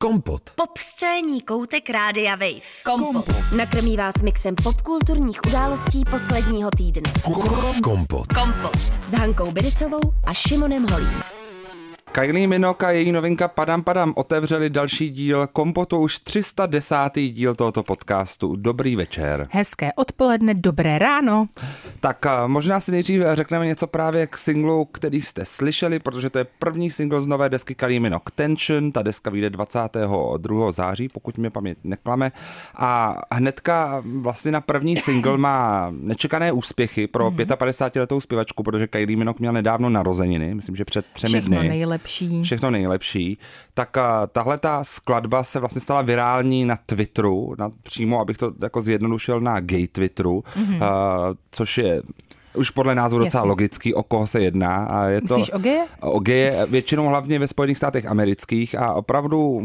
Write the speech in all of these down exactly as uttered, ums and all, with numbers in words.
Kompot. Pop scéní koutek Rádia Wave. Kompot. Kompot. Nakrmí vás mixem popkulturních událostí posledního týdne. Kompot. Kompot. S Hankou Bidicovou a Šimonem Holím. Kylie Minogue a její novinka Padam Padam otevřeli další díl Kompotu, už tři sta desátý díl tohoto podcastu. Dobrý večer. Hezké odpoledne, dobré ráno. Tak možná si nejdřív řekneme něco právě k singlu, který jste slyšeli, protože to je první single z nové desky Kylie Minogue Tension. Ta deska vyjde dvacátého druhého září, pokud mě paměť neklame. A hnedka vlastně na první single má nečekané úspěchy pro mm-hmm. padesátipětiletou zpěvačku, protože Kylie Minogue měla nedávno narozeniny, myslím, že před třemi Všechno dny. nejlepší. Všechno nejlepší. Tak tahle ta skladba se vlastně stala virální na Twitteru, na, přímo, abych to jako zjednodušil, na gay Twitteru, mm-hmm. uh, což je už podle názvu docela Jasně. logický, o koho se jedná. A je Myslíš to, o geje? O geje, většinou hlavně ve Spojených státech amerických a opravdu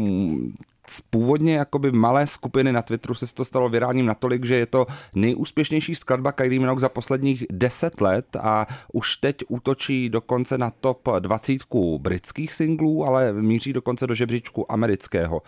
z původně jakoby malé skupiny na Twitteru se to stalo virálním natolik, že je to nejúspěšnější skladba Kylie Minogue za posledních deset let a už teď útočí dokonce na top dvacítku britských singlů, ale míří dokonce do žebříčku amerického.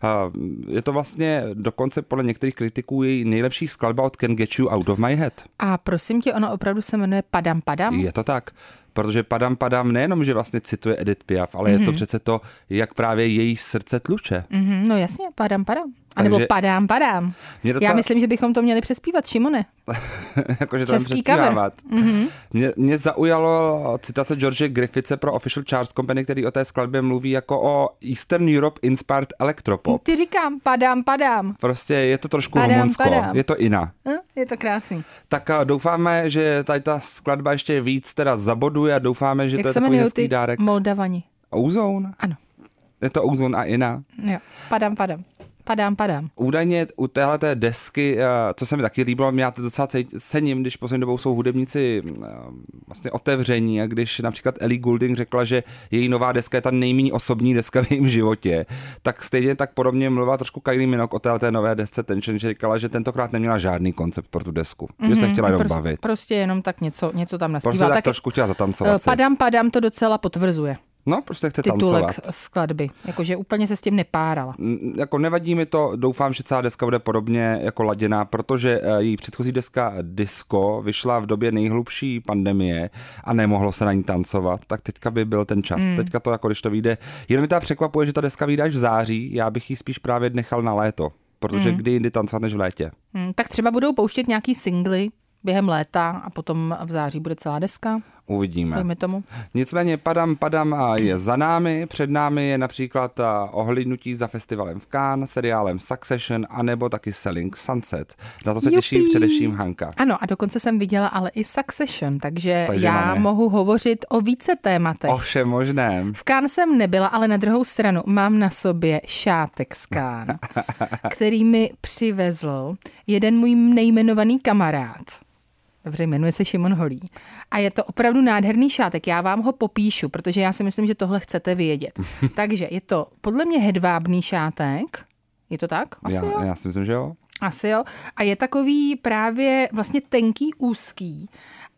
Je to vlastně dokonce podle některých kritiků její nejlepší skladba od Can't Get You Out of My Head. A prosím tě, ono opravdu se jmenuje Padam Padam? Je to tak. Protože Padam Padam nejenom, že vlastně cituje Edith Piaf, ale mm-hmm. je to přece to, jak právě její srdce tluče. Mm-hmm, no jasně, Padam Padam. A nebo Padám Padám. Docela... Já myslím, že bychom to měli přespívat, Šimone. Jakože to tam přespívávat. Mm-hmm. Mě, mě zaujalo citace George Griffithe pro Official Charts Company, který o té skladbě mluví jako o Eastern Europe inspired electropop. Ty říkám, padám, padám. Prostě je to trošku padám, Rumunsko, padám. je to Ina. Je to krásný. Tak doufáme, že tady ta skladba ještě víc teda zaboduje a doufáme, že Jak to je takový hezký dárek. Moldavani? Ozone? Ano. Je to Ozone a Ina? Jo, padám, padám. Padám, padám. Údajně u téhleté desky, co se mi taky líbilo, mě já to docela cením, když poslední dobou jsou hudebníci vlastně otevření a když například Ellie Goulding řekla, že její nová deska je ta nejméně osobní deska v jejím životě, tak stejně tak podobně mluvila trošku Kylie Minogue o téhleté nové desce Tension, že říkala, že tentokrát neměla žádný koncept pro tu desku, mm-hmm, že se chtěla jenom prostě, bavit. Prostě jenom tak něco, něco tam naspívala. Prostě tak Taky, trošku chtěla zatancovat. Padám, padám to docela potvrzuje. No, prostě chce titulek tancovat. skladby, jakože úplně se s tím nepárala. Jako nevadí mi to, doufám, že celá deska bude podobně jako laděná, protože její předchozí deska Disco vyšla v době nejhlubší pandemie a nemohlo se na ní tancovat, tak teďka by byl ten čas. Hmm. Teďka to, jako když to vyjde, jenom mi teda překvapuje, že ta deska vyjde až v září, já bych ji spíš právě nechal na léto, protože hmm. kdy jindy tancovat než v létě. Hmm, tak třeba budou pouštět nějaký singly během léta a potom v září bude celá deska. Uvidíme. Dejme tomu. Nicméně Padam Padam je za námi, před námi je například ohlídnutí za festivalem v Cannes, seriálem Succession, anebo taky Selling Sunset. Na to se Jupí. těší především Hanka. Ano, a dokonce jsem viděla ale i Succession, takže, takže já máme. mohu hovořit o více tématech. O všem možném. V Cannes jsem nebyla, ale na druhou stranu mám na sobě šátek z Cannes, který mi přivezl jeden můj nejmenovaný kamarád. Dobře, jmenuje se Šimon Holý. A je to opravdu nádherný šátek. Já vám ho popíšu, protože já si myslím, že tohle chcete vědět. Takže je to podle mě hedvábný šátek. Je to tak? Asi já, jo? Já si myslím, že jo. Asi jo. A je takový právě vlastně tenký, úzký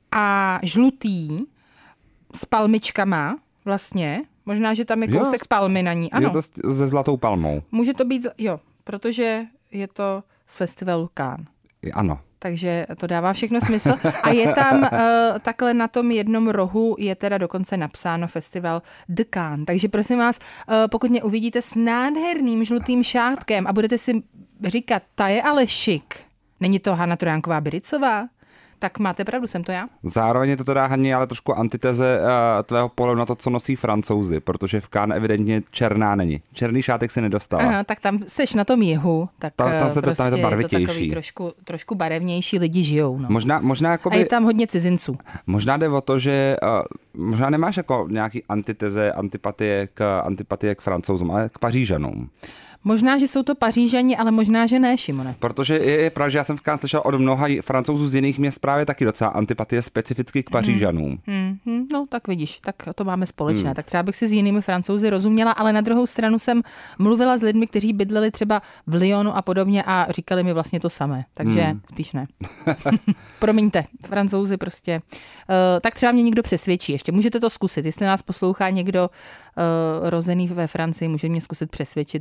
a žlutý s palmičkama vlastně. Možná, že tam je kousek palmy na ní. Ano. Je to se zlatou palmou. Může to být, jo, protože je to z festivalu Cannes. Ano. Takže to dává všechno smysl. A je tam uh, takhle na tom jednom rohu je teda dokonce napsáno festival de Cannes. Takže prosím vás, uh, pokud mě uvidíte s nádherným žlutým šátkem a budete si říkat, ta je ale šik, není to Hana Trojánková Bidicová? Tak máte pravdu, jsem to já. Zároveň je to teda, Haně, ale trošku antiteze uh, tvého pohledu na to, co nosí Francouzi, protože v Cannes evidentně černá není. Černý šátek si nedostala. Aha, tak tam seš na tom jihu, tak tam, tam se prostě to, tam je to barvitější. Je to takový trošku, trošku barevnější, lidi žijou. No. Možná, možná jakoby, a je tam hodně cizinců. Možná jde o to, že uh, možná nemáš jako nějaký antiteze, antipatie k, antipatie k Francouzům, ale k Pařížanům. Možná, že jsou to Pařížani, ale možná, že ne, Šimone. Protože je, je pravda, že já jsem v Cannes slyšel od mnoha Francouzů z jiných měst právě taky docela antipatie specificky k Pařížanům. Hmm, hmm, no tak vidíš, tak to máme společné. Hmm. Tak třeba bych si s jinými Francouzi rozuměla, ale na druhou stranu jsem mluvila s lidmi, kteří bydleli třeba v Lyonu a podobně a říkali mi vlastně to samé. Takže hmm. spíš ne. Promiňte, Francouzi prostě. Uh, tak třeba mě někdo přesvědčí ještě. Můžete to zkusit, jestli nás poslouchá někdo uh, rozený ve Francii, může mě zkusit přesvědčit, hmm. že je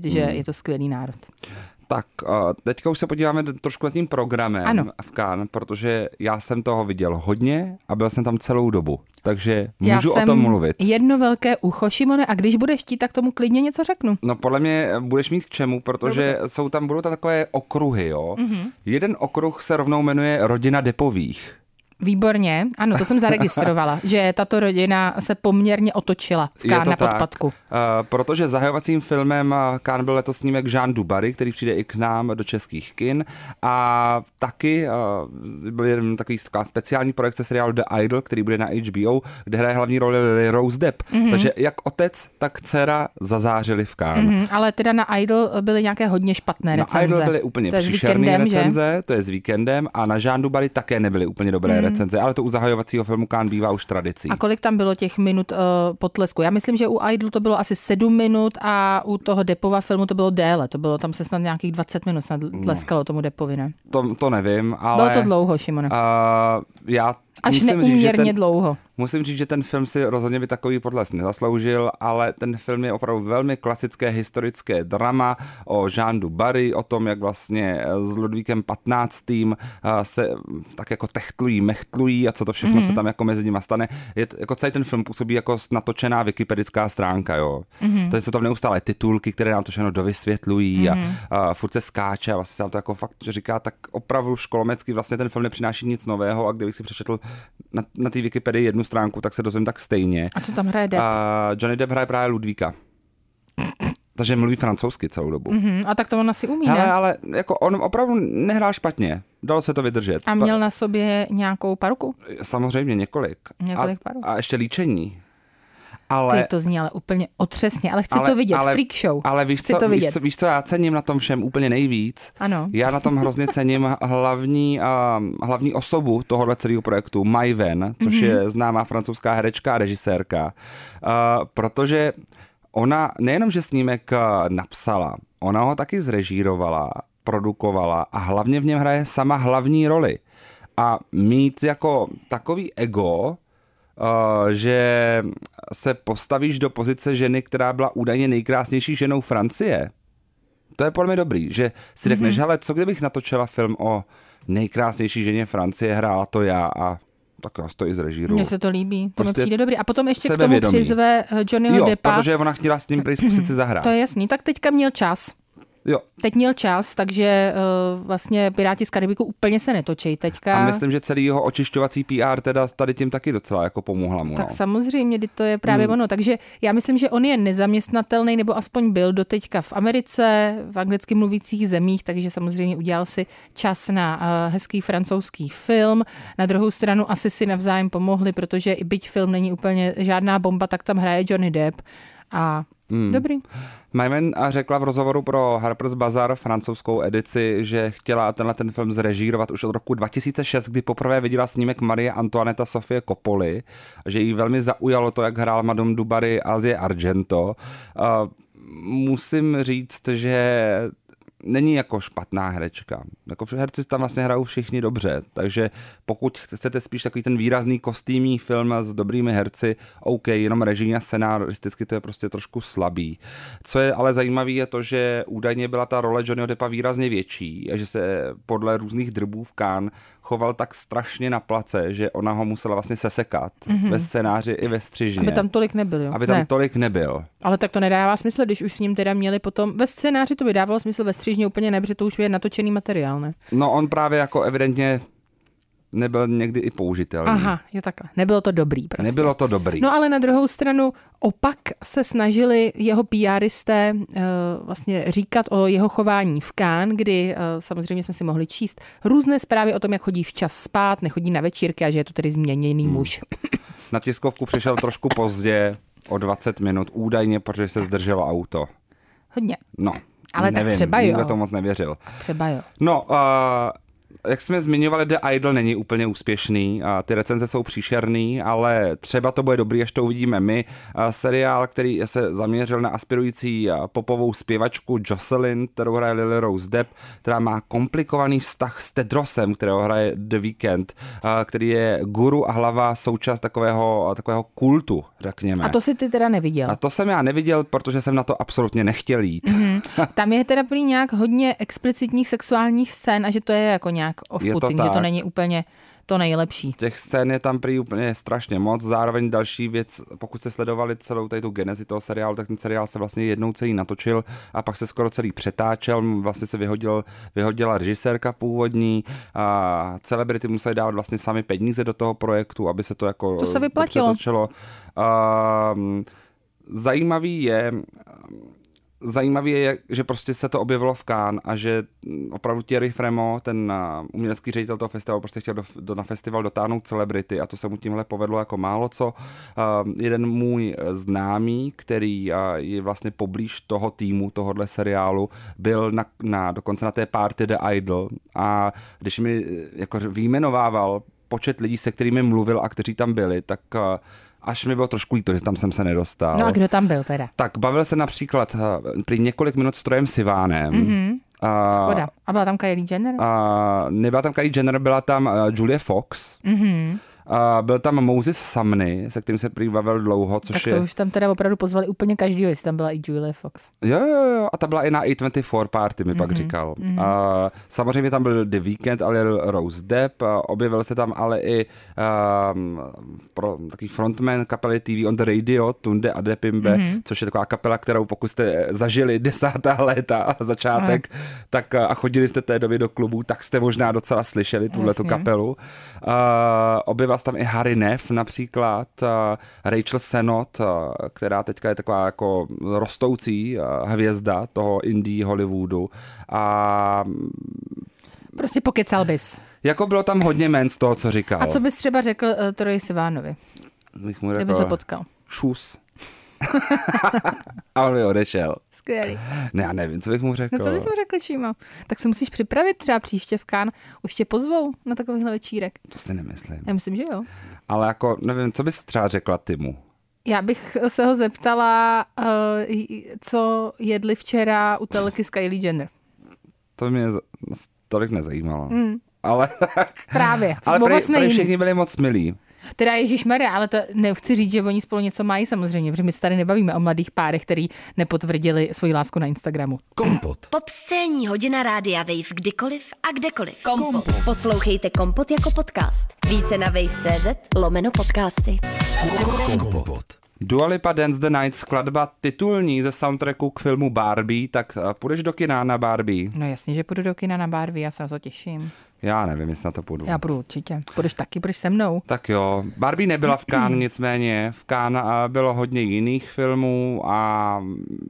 to skvělý národ. Tak, teďka už se podíváme trošku na tím programem ano. v Cannes, protože já jsem toho viděl hodně a byl jsem tam celou dobu, takže můžu o tom mluvit. Jedno velké ucho, Šimone, a když budeš chtít, tak tomu klidně něco řeknu. No podle mě budeš mít k čemu, protože Dobře. jsou tam, budou tam takové okruhy, jo. Mm-hmm. Jeden okruh se rovnou jmenuje Rodina Deppových. Výborně, ano, to jsem zaregistrovala, že tato rodina se poměrně otočila v Cannes na podpadku. Uh, protože zahajovacím filmem Cannes byl letos snímek Jean du Barry, který přijde i k nám do českých kin. A taky uh, byl jeden takový taková speciální projekce seriálu The Idol, který bude na H B O, kde hraje hlavní roli Lily Rose Depp. Mm-hmm. Takže jak otec, tak dcera zazářili v Cannes. Mm-hmm, ale teda na Idol byly nějaké hodně špatné recenze. Na Idol byly úplně příšerné recenze, že? To je s Víkendem, a na Jean du Barry také nebyly úplně dobré mm. recenze, ale to u zahajovacího filmu Cannes bývá už tradicí. A kolik tam bylo těch minut uh, potlesku? Já myslím, že u Idolu to bylo asi sedm minut a u toho Deppova filmu to bylo déle. To bylo tam se snad nějakých dvacet minut snad tleskalo tomu Deppovi, ne? To, to nevím, ale... Bylo to dlouho, Šimone. Uh, já Až neuměrně ten, dlouho. Musím říct, že ten film si rozhodně by takový potlesk nezasloužil, ale ten film je opravdu velmi klasické historické drama o Jean du Barry, o tom, jak vlastně s Ludvíkem patnáctým se tak jako techtlují, mechtlují a co to všechno mm-hmm. se tam jako mezi nimi stane. Je to, jako celý ten film působí jako natočená wikipedická stránka, jo. Mm-hmm. Takže jsou tam neustále titulky, které nám to všechno dovysvětlují mm-hmm. a, a furt se skáče a vlastně se nám to jako fakt říká tak opravdu školomecky, vlastně ten film nepřináší nic nového, a kdybych si přečetl na, na té Wikipedii jednu stránku, tak se dozvím tak stejně. A co tam hraje Depp? A Johnny Depp hraje právě Ludvíka. Takže mluví francouzsky celou dobu. Mm-hmm. A tak to on asi umí, Hele, ne? ale jako on opravdu nehrál špatně. Dalo se to vydržet. A měl na sobě nějakou paruku? Samozřejmě několik. Několik a, paruk. A ještě líčení. Ale, Ty to zní ale úplně otřesně, ale chci ale, to vidět, ale, freak show. Ale víš chci co, to vidět. Víš, co, víš co, já cením na tom všem úplně nejvíc. Ano. Já na tom hrozně cením hlavní, uh, hlavní osobu tohohle celého projektu, Mai Wen, což mm-hmm. je známá francouzská herečka a režisérka, uh, protože ona nejenom, že snímek napsala, ona ho taky zrežírovala, produkovala a hlavně v něm hraje sama hlavní roli. A mít jako takový ego, Uh, že se postavíš do pozice ženy, která byla údajně nejkrásnější ženou Francie. To je podle mě dobrý, že si řekneš, mm-hmm. hele, co kdybych natočila film o nejkrásnější ženě Francie, hrála to já a tak já to i zrežíruju. Mně se to líbí, to prostě mi přijde dobrý. A potom ještě k tomu přizve Johnnyho jo, Deppa. protože ona chtěla s ním prý zkusit si zahrát. To je jasný, tak teďka měl čas. Jo. Teď měl čas, takže uh, vlastně Piráti z Karibiku úplně se netočí teďka. A myslím, že celý jeho očišťovací P R teda tady tím taky docela jako pomohla mu. Tak no. samozřejmě, to je právě hmm. ono. Takže já myslím, že on je nezaměstnatelný, nebo aspoň byl doteďka v Americe, v anglicky mluvících zemích, takže samozřejmě udělal si čas na uh, hezký francouzský film. Na druhou stranu asi si navzájem pomohli, protože i byť film není úplně žádná bomba, tak tam hraje Johnny Depp a Hmm. Dobrý. Mai Wen řekla v rozhovoru pro Harper's Bazaar, francouzskou edici, že chtěla tenhle ten film zrežírovat už od roku dva tisíce šest, kdy poprvé viděla snímek Marie Antoinetta Sofie Coppoli, že jí velmi zaujalo to, jak hrál Madame du Barry Asie Argento. Uh, musím říct, že není jako špatná herečka. Jako herci tam vlastně hrajou všichni dobře, takže pokud chcete spíš takový ten výrazný kostýmní film s dobrými herci, OK, jenom režijní a scenaristicky to je prostě trošku slabý. Co je ale zajímavé je to, že údajně byla ta role Johnnyho Deppa výrazně větší a že se podle různých drbů v Cannes choval tak strašně na place, že ona ho musela vlastně sesekat mm-hmm. ve scénáři i ve střižně. Aby tam tolik nebyl, jo? Aby tam ne. tolik nebyl. Ale tak to nedává smysl, když už s ním teda měli potom, ve scénáři to by dávalo smysl, ve střižně úplně ne, protože to už je natočený materiál, ne? No on právě jako evidentně nebyl někdy i použitelný. Aha, jo takhle. Nebylo to dobrý prostě. Nebylo to dobrý. No ale na druhou stranu opak se snažili jeho PRisté uh, vlastně říkat o jeho chování v Cannes, kdy uh, samozřejmě jsme si mohli číst různé zprávy o tom, jak chodí včas spát, nechodí na večírky a že je to tedy změněný hmm. muž. Na tiskovku přišel trošku pozdě, o dvacet minut, údajně, protože se zdrželo auto. Hodně. No, ale nevím, tak třeba jo. Nikdo to moc nevěřil. Třeba jo. No, uh, jak jsme zmiňovali, The Idol není úplně úspěšný, a ty recenze jsou příšerný, ale třeba to bude dobrý, až to uvidíme my. A seriál, který se zaměřil na aspirující popovou zpěvačku Jocelyn, kterou hraje Lily Rose Depp, která má komplikovaný vztah s Tedrosem, kterého hraje The Weeknd, který je guru a hlava součást takového, takového kultu, řekněme. A to si ty teda neviděl? A to jsem já neviděl, protože jsem na to absolutně nechtěl jít. Mm-hmm. Tam je teda prý nějak hodně explicitních sexuálních scén a že to je jako nějak off-putting, že to není úplně to nejlepší. Těch scén je tam prý úplně strašně moc. Zároveň další věc, pokud jste sledovali celou tady tu genezi toho seriálu, tak ten seriál se vlastně jednou celý natočil a pak se skoro celý přetáčel. Vlastně se vyhodil, vyhodila režisérka původní a celebrity museli dávat vlastně sami peníze do toho projektu, aby se to jako to se vyplatilo. Přetočilo. Uh, zajímavý je... Zajímavé je, že prostě se to objevilo v Cannes a že opravdu Thierry Frémaux, ten umělecký ředitel toho festivalu, prostě chtěl do, do, na festival dotáhnout celebrity a to se mu tímhle povedlo jako málo co. Uh, jeden můj známý, který uh, je vlastně poblíž toho týmu, tohohle seriálu, byl na, na, dokonce na té party The Idol a když mi jako vyjmenovával počet lidí, se kterými mluvil a kteří tam byli, tak uh, až mi bylo trošku líto, že tam jsem se nedostal. No a kdo tam byl teda? Tak bavil se například uh, prý několik minut s Trojem Sivánem. Mm-hmm. Uh, Škoda. A byla tam Kylie Jenner? Uh, nebyla tam Kylie Jenner, byla tam uh, Julia Fox. Mm-hmm. Uh, byl tam Moses Sumney, se kterým se prý bavil dlouho, což tak to je... už tam teda opravdu pozvali úplně každýho, jestli tam byla i Julia Fox. Jo, jo, jo, a ta byla i na A dvacet čtyři party, mi mm-hmm. pak říkal. Mm-hmm. Uh, samozřejmě tam byl The Weeknd, ale Rose Depp, uh, objevil se tam ale i uh, pro, takový frontman kapely T V on the Radio, Tunde Adepimbe, mm-hmm. což je taková kapela, kterou pokud jste zažili desátá léta a začátek, mm. tak uh, a chodili jste té době do klubu, tak jste možná docela slyšeli tuhletu kapelu. Uh, objevil tam i Harry Neff například, uh, Rachel Sennott, uh, která teďka je taková jako rostoucí uh, hvězda toho indie Hollywoodu. A prostě pokecal bys. Jako bylo tam hodně men z toho, co říkal. A co bys třeba řekl uh, Troji Sivánovi? Bych mu řekl, kdyby se potkal. Šus. A on mi odešel. Skvělý. Ne, já nevím, co bych mu řekl. No co bys mu řekl, Šímo? Tak se musíš připravit třeba příště v Cannes. Už tě pozvou na takovýhle večírek. To si nemyslím. Já myslím, že jo. Ale jako, nevím, co bys třeba řekla ty mu? Já bych se ho zeptala, uh, co jedli včera u telky s Kylie Jenner. To mě tolik nezajímalo. Mm. Ale právě. Ale prej, prej všichni byli moc milí. Teda ježišmarja, ale to nechci říct, že oni spolu něco mají samozřejmě, protože my se tady nebavíme o mladých párech, který nepotvrdili svoji lásku na Instagramu. Kompot. Pop scéní hodina rádia Wave kdykoliv a kdekoliv. Kompot. Poslouchejte Kompot jako podcast. Více na wave tečka cé zet lomeno podcasty. Kompot. Dua Lipa Dance the Night, skladba titulní ze soundtracku k filmu Barbie, tak půjdeš do kina na Barbie? No jasně, že půjdu do kina na Barbie, já se na to těším. Já nevím, jestli na to půjdu. Já půjdu určitě. Půjdeš taky, půjdeš se mnou. Tak jo. Barbie nebyla v Cannes, nicméně v Cannes bylo hodně jiných filmů a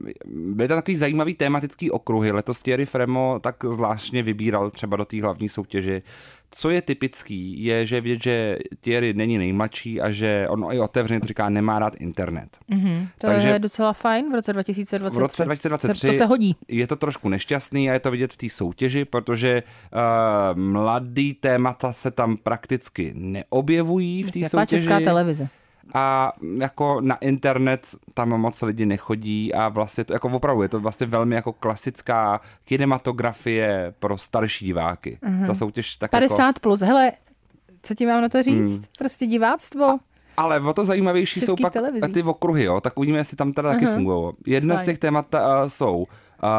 byly tam takový zajímavý tematický okruhy. Letos Thierry Frémaux tak zvláštně vybíral třeba do té hlavní soutěže. Co je typický, je, že vědět, že Thierry není nejmladší a že on i otevřeně to říká, nemá rád internet. Mm-hmm. To Takže je docela fajn v roce dva tisíce dvacet tři. V roce dva tisíce dvacet tři to se hodí. Je to trošku nešťastný a je to vidět v té soutěži, protože uh, mladý témata se tam prakticky neobjevují v té soutěži. Česká televize. A jako na internet tam moc lidi nechodí a vlastně to jako opravdu je to vlastně velmi jako klasická kinematografie pro starší diváky. Uh-huh. Ta soutěž tak padesát jako... plus, hele, co ti mám na to říct? Hmm. Prostě diváctvo. Ale o to zajímavější jsou pak televizí. Ty okruhy, jo, tak uvidíme, jestli tam teda uh-huh. taky fungují. Jedna Svaj. z těch témat uh, jsou uh,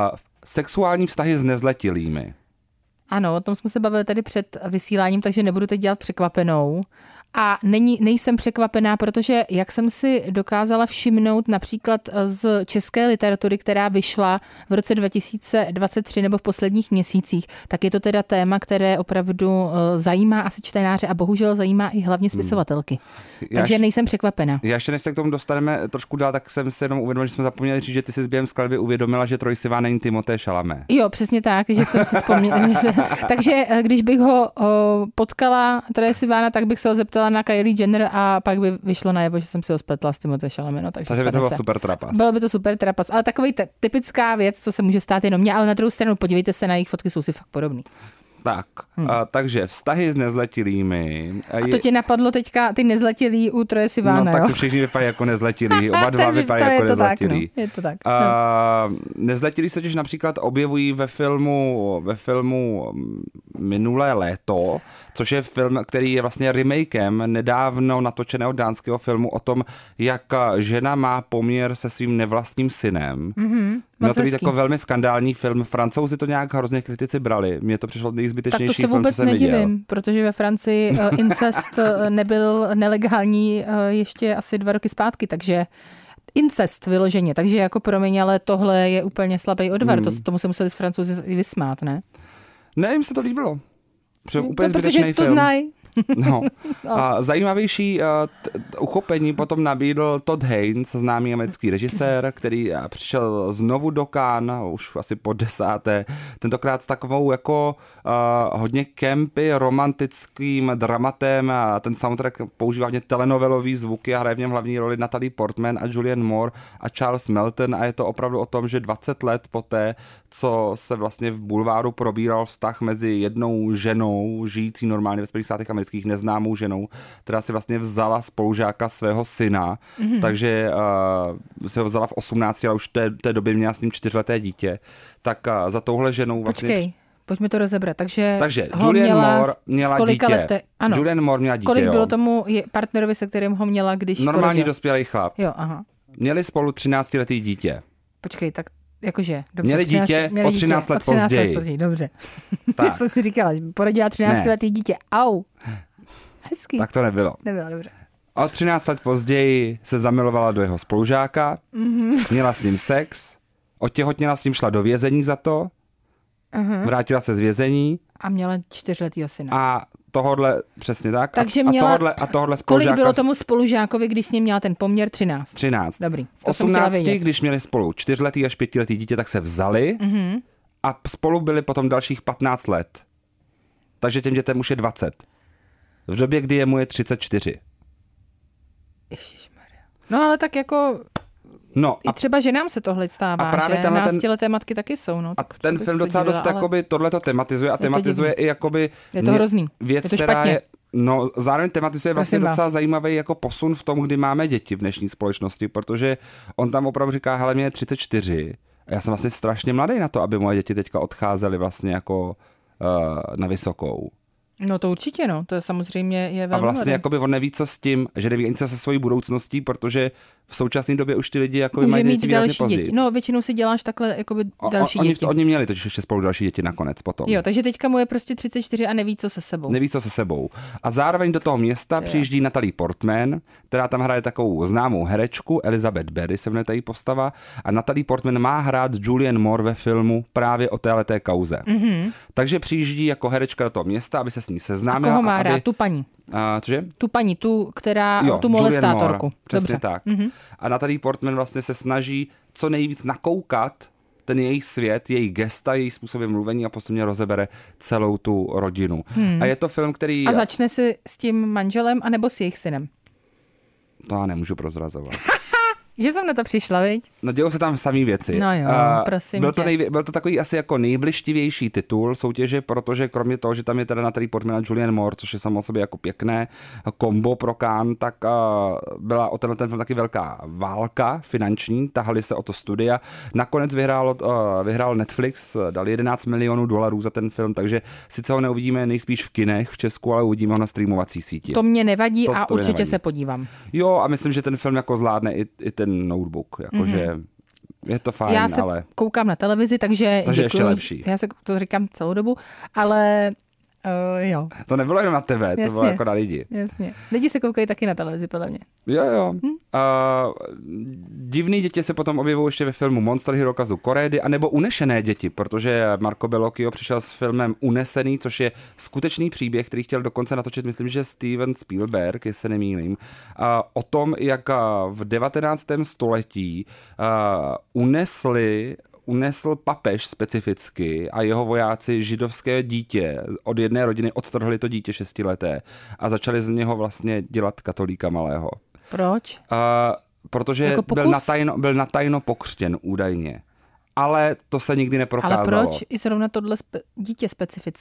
sexuální vztahy s nezletilými. Ano, o tom jsme se bavili tady před vysíláním, takže nebudu teď dělat překvapenou. A není, nejsem překvapená, protože jak jsem si dokázala všimnout například z české literatury, která vyšla v roce dva tisíce dvacet tři nebo v posledních měsících, tak je to teda téma, které opravdu zajímá asi čtenáře a bohužel zajímá i hlavně spisovatelky. Hmm. Takže já nejsem překvapená. Já ještě než se k tomu dostaneme trošku dál, tak jsem si jenom uvědomil, že jsme zapomněli říct, že ty si během skladby uvědomila, že Troy Sivan není Timothée Chalamet. Jo, přesně tak, že jsem si vzpomněla. Takže když bych ho o, potkala Troye Sivana, tak bych se ho zeptala na Kylie Jenner a pak by vyšlo najevo, že jsem si ho spletla s Timothée Chalamet. No, takže takže by to bylo super trapas. Bylo by to super trapas, ale takový t- typická věc, co se může stát jenom mě, ale na druhou stranu podívejte se na jejich fotky, jsou si fakt podobný. Tak, hmm. a, takže vztahy s nezletilými. A to tě napadlo teďka, ty nezletilí u Troje Sivána, No jo? tak to všichni vypadají jako nezletilí, oba dva vypadají jako nezletilí. Tak, no. Je to tak. A, nezletilí se totiž například objevují ve filmu, ve filmu Minulé léto, což je film, který je vlastně remakem nedávno natočeného dánského filmu o tom, jak žena má poměr se svým nevlastním synem. Mm-hmm. Měl to být jako velmi skandální film. Francouzi to nějak hrozně kritici brali. Mně to přišlo nejzbytečnější film, co jsem viděl. Tak to se vůbec nedivím, protože ve Francii uh, incest uh, nebyl nelegální uh, ještě asi dva roky zpátky, takže incest vyloženě. Takže jako promiň, ale tohle je úplně slabý odvar. Hmm. To, tomu se museli z Francouzi vysmát, ne? Ne, jim se to líbilo. Při, úplně no, protože to znají. No. A zajímavější uh, t- uchopení potom nabídl Todd Haynes, známý americký režisér, který uh, přišel znovu do Cannes, už asi po desáté, tentokrát s takovou jako uh, hodně campy, romantickým dramatem a ten soundtrack používá hodně telenovelový zvuky a hraje v něm hlavní roli Natalie Portman a Julianne Moore a Charles Melton a je to opravdu o tom, že dvacet let poté, co se vlastně v bulváru probíral vztah mezi jednou ženou, žijící normálně ve Spojených státech amerických, neznámou ženou, která si vlastně vzala spolužáka svého syna, mm-hmm. takže uh, se ho vzala v osmnácti, ale už v té, té době měla s ním čtyřleté dítě, tak uh, za touhle ženou vlastně... Počkej, pojďme to rozebrat. Takže, takže Julianne Moore měla dítě. Lete... Ano. Julianne Moore měla dítě, Kolik jo. bylo tomu partnerovi, se kterým ho měla, když... Normální dospělý chlap. Jo, aha. Měli spolu třináctiletý dítě. Počkej, tak jakože... Dobře, měli dítě třináct, měli o třináct dítě, let o třináct později. let později. Dobře. Jak jsem si říkala, že porodila třináctiletý dítě. Au. Hezký. Tak to nebylo. Nebylo, dobře. O třináct let později se zamilovala do jeho spolužáka, mm-hmm. měla s ním sex, otěhotněla s ním, šla do vězení za to, uh-huh. vrátila se z vězení. A měla čtyřletýho syna. A tohodle, přesně tak. Takže a, měla, a tohodle, a tohodle spolužáka... Kolik bylo tomu spolužákovi, když s ním měla ten poměr třináct? třináct. Dobrý. V osmnácti, když měli spolu čtyřletý až pětiletý dítě, tak se vzali uh-huh. a spolu byli potom dalších patnáct let. Takže těm dětem už je dvacet. V době, kdy jemu je třicet čtyři. Ježišmarja. No ale tak jako... No, I třeba ženám se tohle stává, a že náctileté matky taky jsou. No, a ten film docela dost ale... jakoby tohleto tematizuje a tematizuje i jakoby... Je to hrozný. Věc, je to která špatně. je... No, zároveň tematizuje vlastně Prosím docela vás. zajímavý jako posun v tom, kdy máme děti v dnešní společnosti, protože on tam opravdu říká, hele, mě je třicet čtyři a já jsem vlastně strašně mladý na to, aby moje děti teďka odcházely vlastně jako uh, na vysokou. No to určitě, no, to je samozřejmě je velmi. A vlastně jakoby on neví, co s tím, že neví nic se svojí budoucností, protože v současné době už ty lidi jako mají děti výrazně později. Děti. No, většinou si děláš takhle jakoby další o, oni, děti. Oni měli totiž ještě spolu další děti nakonec potom. Jo, takže teďka mu je prostě třicet čtyři a neví, co se sebou. Neví, co se sebou. A zároveň do toho města je. přijíždí Natalie Portman, která tam hraje takovou známou herečku, Elizabeth Berry se jmenuje ta její postava, a Natalie Portman má hrát Julianne Moore ve filmu právě o téhleté kauze. Mm-hmm. Takže přijíždí jako herečka do toho města, aby se s ní seznámila. A koho má aby... hrát? Tu paní. A, cože? Tu paní, tu, která, jo, tu molestátorku. Moore, přesně Dobře. tak. Mm-hmm. A Natalie Portman vlastně se snaží co nejvíc nakoukat ten její svět, její gesta, její způsoby mluvení a postupně rozebere celou tu rodinu. Hmm. A je to film, který... A začne si s tím manželem anebo s jejich synem? To já nemůžu prozrazovat. Že jsem na to přišla, viď? No dějou se tam samý věci. No jo, uh, prosím byl tě. to, nejvě, byl to takový asi jako nejblištivější titul soutěže, protože kromě toho, že tam je teda Natalie Portman a Julianne Moore, což je samo sobě jako pěkné kombo pro Cannes, tak uh, byla o tenhle ten film taky velká válka finanční, tahali se o to studia. Nakonec vyhrál, uh, vyhrál Netflix, dal jedenáct milionů dolarů za ten film, takže sice ho neuvidíme nejspíš v kinech v Česku, ale uvidíme ho na streamovací síti. To mě nevadí to, a to určitě nevadí. se podívám. Jo, a myslím, že ten film jako zvládne i, i ten Notebook, jakože mm-hmm. je to fajn, já se ale... koukám na televizi, takže, takže děkuji. ještě lepší. Já se to říkám celou dobu, ale uh, jo. To nebylo jenom na tebe, Jasně. to bylo jako na lidi. Jasně. Lidi se koukají taky na televizi, podle mě. Jo, jo. Hm? Uh, divný děti se potom objevují ještě ve filmu Monster Hero Kazu Korédy, anebo Unešené děti, protože Marco Bellocchio přišel s filmem Unesený, což je skutečný příběh, který chtěl dokonce natočit, myslím, že Steven Spielberg, jestli se nemýlím, uh, o tom, jak uh, v devatenáctém století uh, unesli unesl papež specificky a jeho vojáci židovské dítě od jedné rodiny, odtrhli to dítě šestileté a začali z něho vlastně dělat katolíka malého. Proč? Uh, protože jako byl natajno, byl natajno pokřtěn údajně. Ale to se nikdy neprokázalo. Ale proč i zrovna tohle spe- dítě specificky?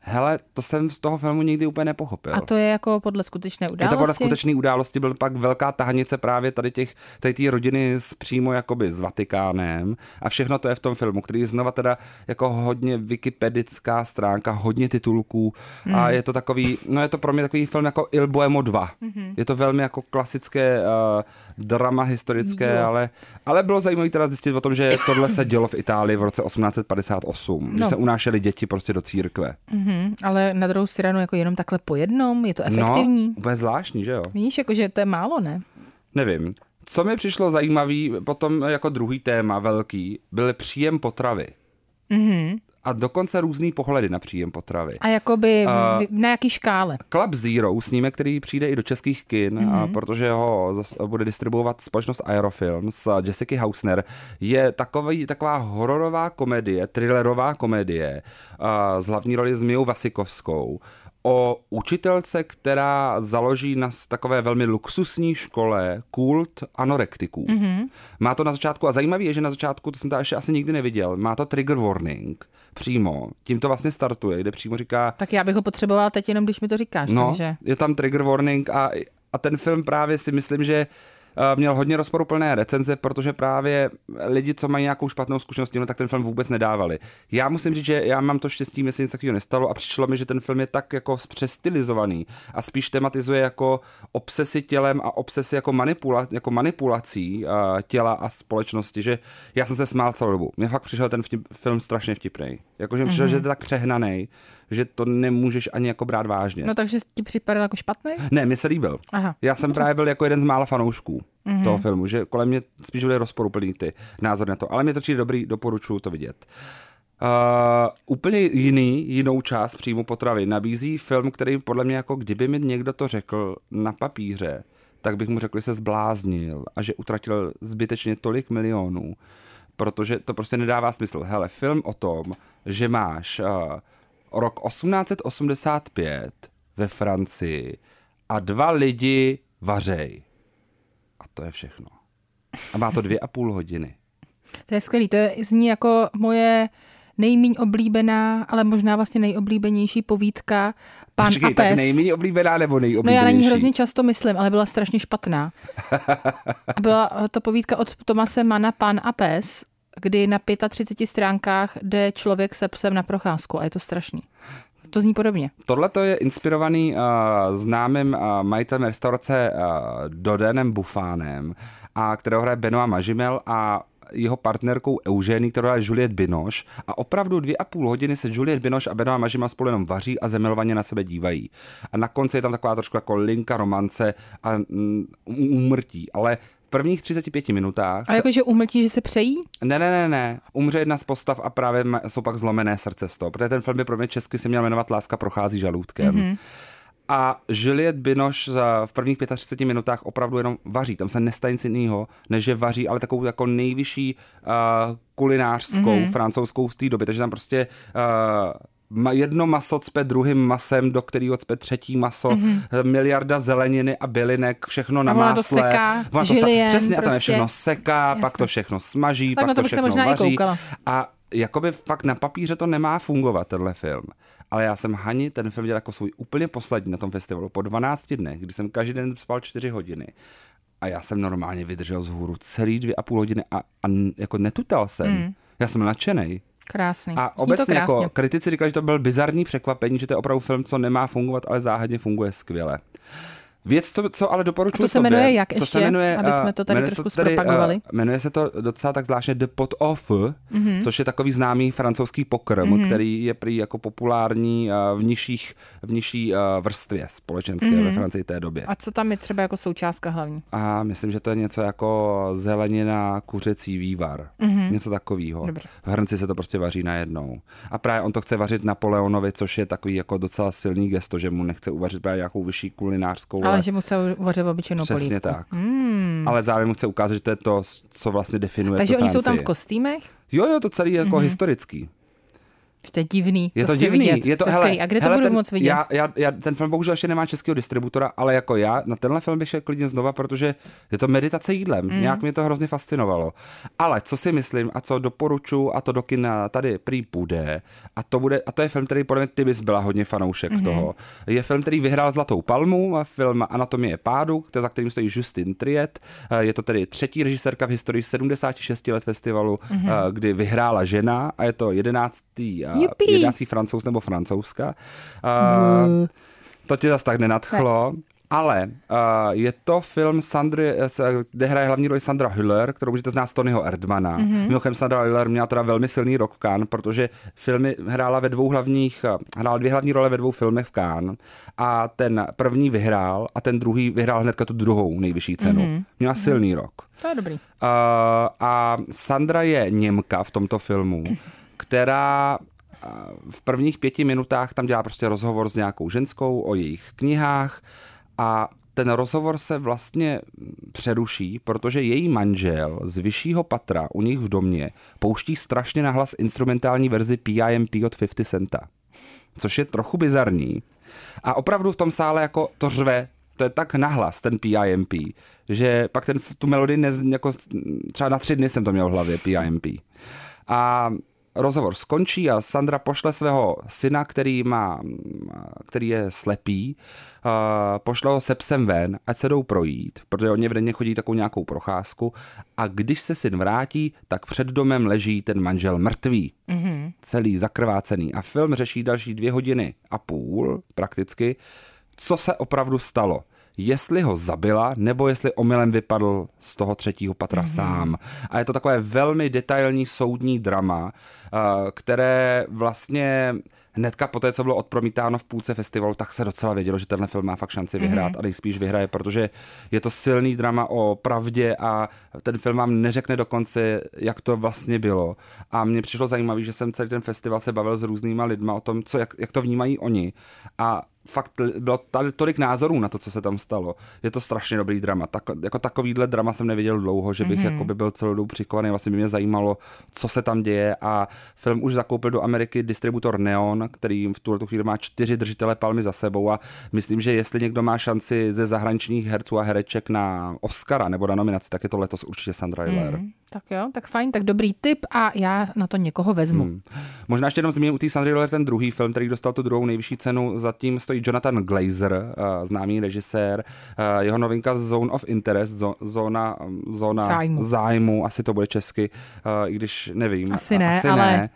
Hele, to jsem z toho filmu nikdy úplně nepochopil. A to je jako podle skutečné události? Je to podle skutečné události, byl pak velká tahanice právě tady těch, tady té rodiny s přímo jakoby s Vatikánem a všechno to je v tom filmu, který je znova teda jako hodně wikipedická stránka, hodně titulků hmm. a je to takový, no je to pro mě takový film jako Il Bohemo dva. Hmm. Je to velmi jako klasické uh, drama historické, jo. ale, ale bylo zajímavé teda zjistit o tom, že tohle se dělo v Itálii v roce osmnáct set padesát osm, no. že se unášely děti prostě do církve. Hmm. Ale na druhou stranu jako jenom takhle po jednom, je to efektivní. No, úplně zvláštní, že jo? Víš, jakože to je málo, ne? Nevím. Co mi přišlo zajímavý, potom jako druhý téma velký, byl příjem potravy. Mhm. A dokonce různý pohledy na příjem potravy. A jakoby v, uh, na jaký škále? Club Zero, snímek, který přijde i do českých kin, mm-hmm. a protože ho bude distribuovat společnost Aerofilm s Jessica Hausner, je takový, taková hororová komedie, thrillerová komedie uh, z hlavní roli s Mijou Vasikovskou o učitelce, která založí na takové velmi luxusní škole kult anorektiků. Mm-hmm. Má to na začátku, a zajímavé je, že na začátku, to jsem to ještě asi nikdy neviděl, má to trigger warning přímo. Tím to vlastně startuje, kde přímo říká... Tak já bych ho potřebovala teď jenom, když mi to říkáš. No, takže... je tam trigger warning a, a ten film právě si myslím, že měl hodně rozporuplné recenze, protože právě lidi, co mají nějakou špatnou zkušenost, no, tak ten film vůbec nedávali. Já musím říct, že já mám to štěstí, mě se nic takového nestalo a přišlo mi, že ten film je tak jako přestylizovaný a spíš tematizuje jako obsesi tělem a obsesi jako, manipula, jako manipulací uh, těla a společnosti, že já jsem se smál celou dobu. Mně fakt přišel ten vtip, film strašně vtipnej. Jakože mi přišel, mm-hmm. že je to tak přehnanej, že to nemůžeš ani jako brát vážně. No takže ti připadal jako špatný? Ne, mně se líbil. Aha. Já jsem právě byl jako jeden z mála fanoušků mm-hmm. toho filmu, že kolem mě spíš byly rozporuplný ty názory na to, ale mě to přijde dobrý, doporučuji to vidět. Uh, úplně jiný, jinou část příjmu potravy nabízí film, který podle mě jako kdyby mi někdo to řekl na papíře, tak bych mu řekl, že se zbláznil a že utratil zbytečně tolik milionů, protože to prostě nedává smysl. Hele, film o tom, že máš uh, rok osmnáct set osmdesát pět ve Francii a dva lidi vařej. A to je všechno. A má to dvě a půl hodiny. To je skvělý. To je, zní jako moje nejmíň oblíbená, ale možná vlastně nejoblíbenější povídka Pán Počkej, a pes. Tak nejmíň oblíbená nebo nejoblíbenější? No já na ní hrozně často myslím, ale byla strašně špatná. Byla to povídka od Thomase Manna Pán a pes, kdy na třiceti pěti stránkách jde člověk se psem na procházku a je to strašný. To zní podobně. Tohle to je inspirovaný uh, známým uh, majitelem restaurace uh, Dodenem Buffánem, a kterého hraje Benoît Magimel a jeho partnerkou Eugenie, kterou je Juliette Binoche, a opravdu dvě a půl hodiny se Juliette Binoche a Benoît Magimel spolu jenom vaří a zemilovaně na sebe dívají. A na konci je tam taková trošku jako linka romance a mm, úmrtí, ale v prvních třiceti pěti minutách... A jakože umrtí, že se přejí? Ne, ne, ne, ne. Umře jedna z postav a právě jsou pak zlomené srdce z toho, protože ten film by pro mě česky se měl jmenovat Láska prochází žaludkem. Mm-hmm. A Juliette Binoche v prvních třiceti pěti minutách opravdu jenom vaří. Tam se nestane nic jiného, než že vaří, ale takovou jako nejvyšší uh, kulinářskou mm-hmm. francouzskou z té doby. Takže tam prostě... Uh, jedno maso cpe druhým masem, do kterého cpe třetí maso, mm-hmm. miliarda zeleniny a bylinek, všechno na a másle. To seká, to žilien, přesně, prostě. A tam všechno seká, Jasně. pak to všechno smaží, tak pak to, to všechno vaří. A jakoby fakt na papíře to nemá fungovat, tenhle film. Ale já jsem Hani ten film dělal jako svůj úplně poslední na tom festivalu po dvanácti dnech, kdy jsem každý den spal čtyři hodiny. A já jsem normálně vydržel vzhůru celý dvě a půl hodiny a, a jako netutal jsem. Mm. Já jsem nadšenej. Krásný. A Zní obecně jako kritici říkali, že to byl bizarní překvapení, že to je opravdu film, co nemá fungovat, ale záhadně funguje skvěle. Věc, to, co ale doporučuji. A to se tobě, jmenuje jak to ještě, se jmenuje, aby jsme to tady trošku zpropagovali? Uh, jmenuje se to docela tak zvláštně The Pot of, mm-hmm. což je takový známý francouzský pokrm, mm-hmm. který je prý jako populární uh, v, nižších, v nižší uh, vrstvě společenské mm-hmm. ve Francii té době. A co tam je třeba jako součástka hlavní? A myslím, že to je něco jako zelenina, kuřecí vývar. Mm-hmm. Něco takového. V hrnci se to prostě vaří najednou. A právě on to chce vařit Napoleonovi, což je takový jako docela silný gesto, že mu nechce uvařit právě nějakou vyšší kulinářskou. Ale že mu chce uvařit obyčejnou polívku. Přesně tak. Mm. Ale zároveň mu chce ukázat, že to je to, co vlastně definuje. Takže tu oni Francii. jsou tam v kostýmech? Jo, jo, to celý je jako mm-hmm. historický. To je divný. Je to, to divný. Vidět. Je to, to hele, a kde hele, to budu ten, moc vidět? Já, já, já, ten film bohužel ještě nemá českého distributora, ale jako já na tenhle film bych šel klidně znova, protože je to meditace jídlem. Mm. Nějak mě to hrozně fascinovalo. Ale co si myslím a co doporučuji, a to do kina tady prý půjde, a to, bude, a to je film, který podle mě ty bys byla hodně fanoušek mm. toho. Je film, který vyhrál Zlatou palmu, film Anatomie pádu, za kterým stojí Justin Triet. Je to tedy třetí režisérka v historii sedmdesát šest let festivalu, mm. kdy vyhrála žena a je to jedenáctý jedenáctý Francouz nebo Francouzska. Uh, to tě zase tak nenadchlo. Ne. Ale uh, je to film Sandry, kde hraje hlavní roli Sandra Hüller, kterou můžete znát z Tonyho Erdmana. Mm-hmm. Mimochodem Sandra Hüller měla teda velmi silný rok v Cannes, protože filmy hrála ve dvou hlavních, hrála dvě hlavní role ve dvou filmech v Cannes a ten první vyhrál a ten druhý vyhrál hnedka tu druhou nejvyšší cenu. Mm-hmm. Měla silný rok. To je dobrý. Uh, a Sandra je Němka v tomto filmu, která v prvních pěti minutách tam dělá prostě rozhovor s nějakou ženskou o jejich knihách a ten rozhovor se vlastně přeruší, protože její manžel z vyššího patra u nich v domě pouští strašně nahlas instrumentální verzi P I M P od padesát Centa, což je trochu bizarní. A opravdu v tom sále jako to řve, to je tak nahlas, ten P I M P, že pak ten, tu melodii ne, jako třeba na tři dny jsem to měl v hlavě, P I M P. A rozhovor skončí a Sandra pošle svého syna, který má, který je slepý, uh, pošle ho se psem ven, ať se jdou projít, protože oni v denně chodí takovou nějakou procházku a když se syn vrátí, tak před domem leží ten manžel mrtvý, mm-hmm. celý zakrvácený a film řeší další dvě hodiny a půl prakticky, co se opravdu stalo. Jestli ho zabila, nebo jestli omylem vypadl z toho třetího patra mm-hmm. sám. A je to takové velmi detailní soudní drama, které vlastně hnedka po té, co bylo odpromítáno v půlce festivalu, tak se docela vědělo, že tenhle film má fakt šanci vyhrát mm-hmm. a nejspíš vyhraje, protože je to silný drama o pravdě a ten film vám neřekne dokonce, jak to vlastně bylo. A mně přišlo zajímavé, že jsem celý ten festival se bavil s různýma lidma o tom, co, jak, jak to vnímají oni. A fakt bylo tady tolik názorů na to, co se tam stalo. Je to strašně dobrý drama. Tak, jako takovýhle drama jsem neviděl dlouho, že bych mm-hmm. jako by byl celou dobu přikovaný. Vlastně by mě zajímalo, co se tam děje a film už zakoupil do Ameriky distributor Neon, který v tuhle chvíli má čtyři držitele palmy za sebou a myslím, že jestli někdo má šanci ze zahraničních herců a hereček na Oscara nebo na nominaci, tak je to letos určitě Sandra Hüller. Mm, tak jo, tak fajn, tak dobrý tip a já na to někoho vezmu. Hmm. Možná ještě jenom zmíním u té Sandry Hüller ten druhý film, který dostal tu druhou nejvyšší cenu, zatím stojí Jonathan Glazer, známý režisér, jeho novinka Zone of Interest, zóna, zóna zájmu. zájmu, asi to bude česky, i když nevím. Asi ne, asi ale ne.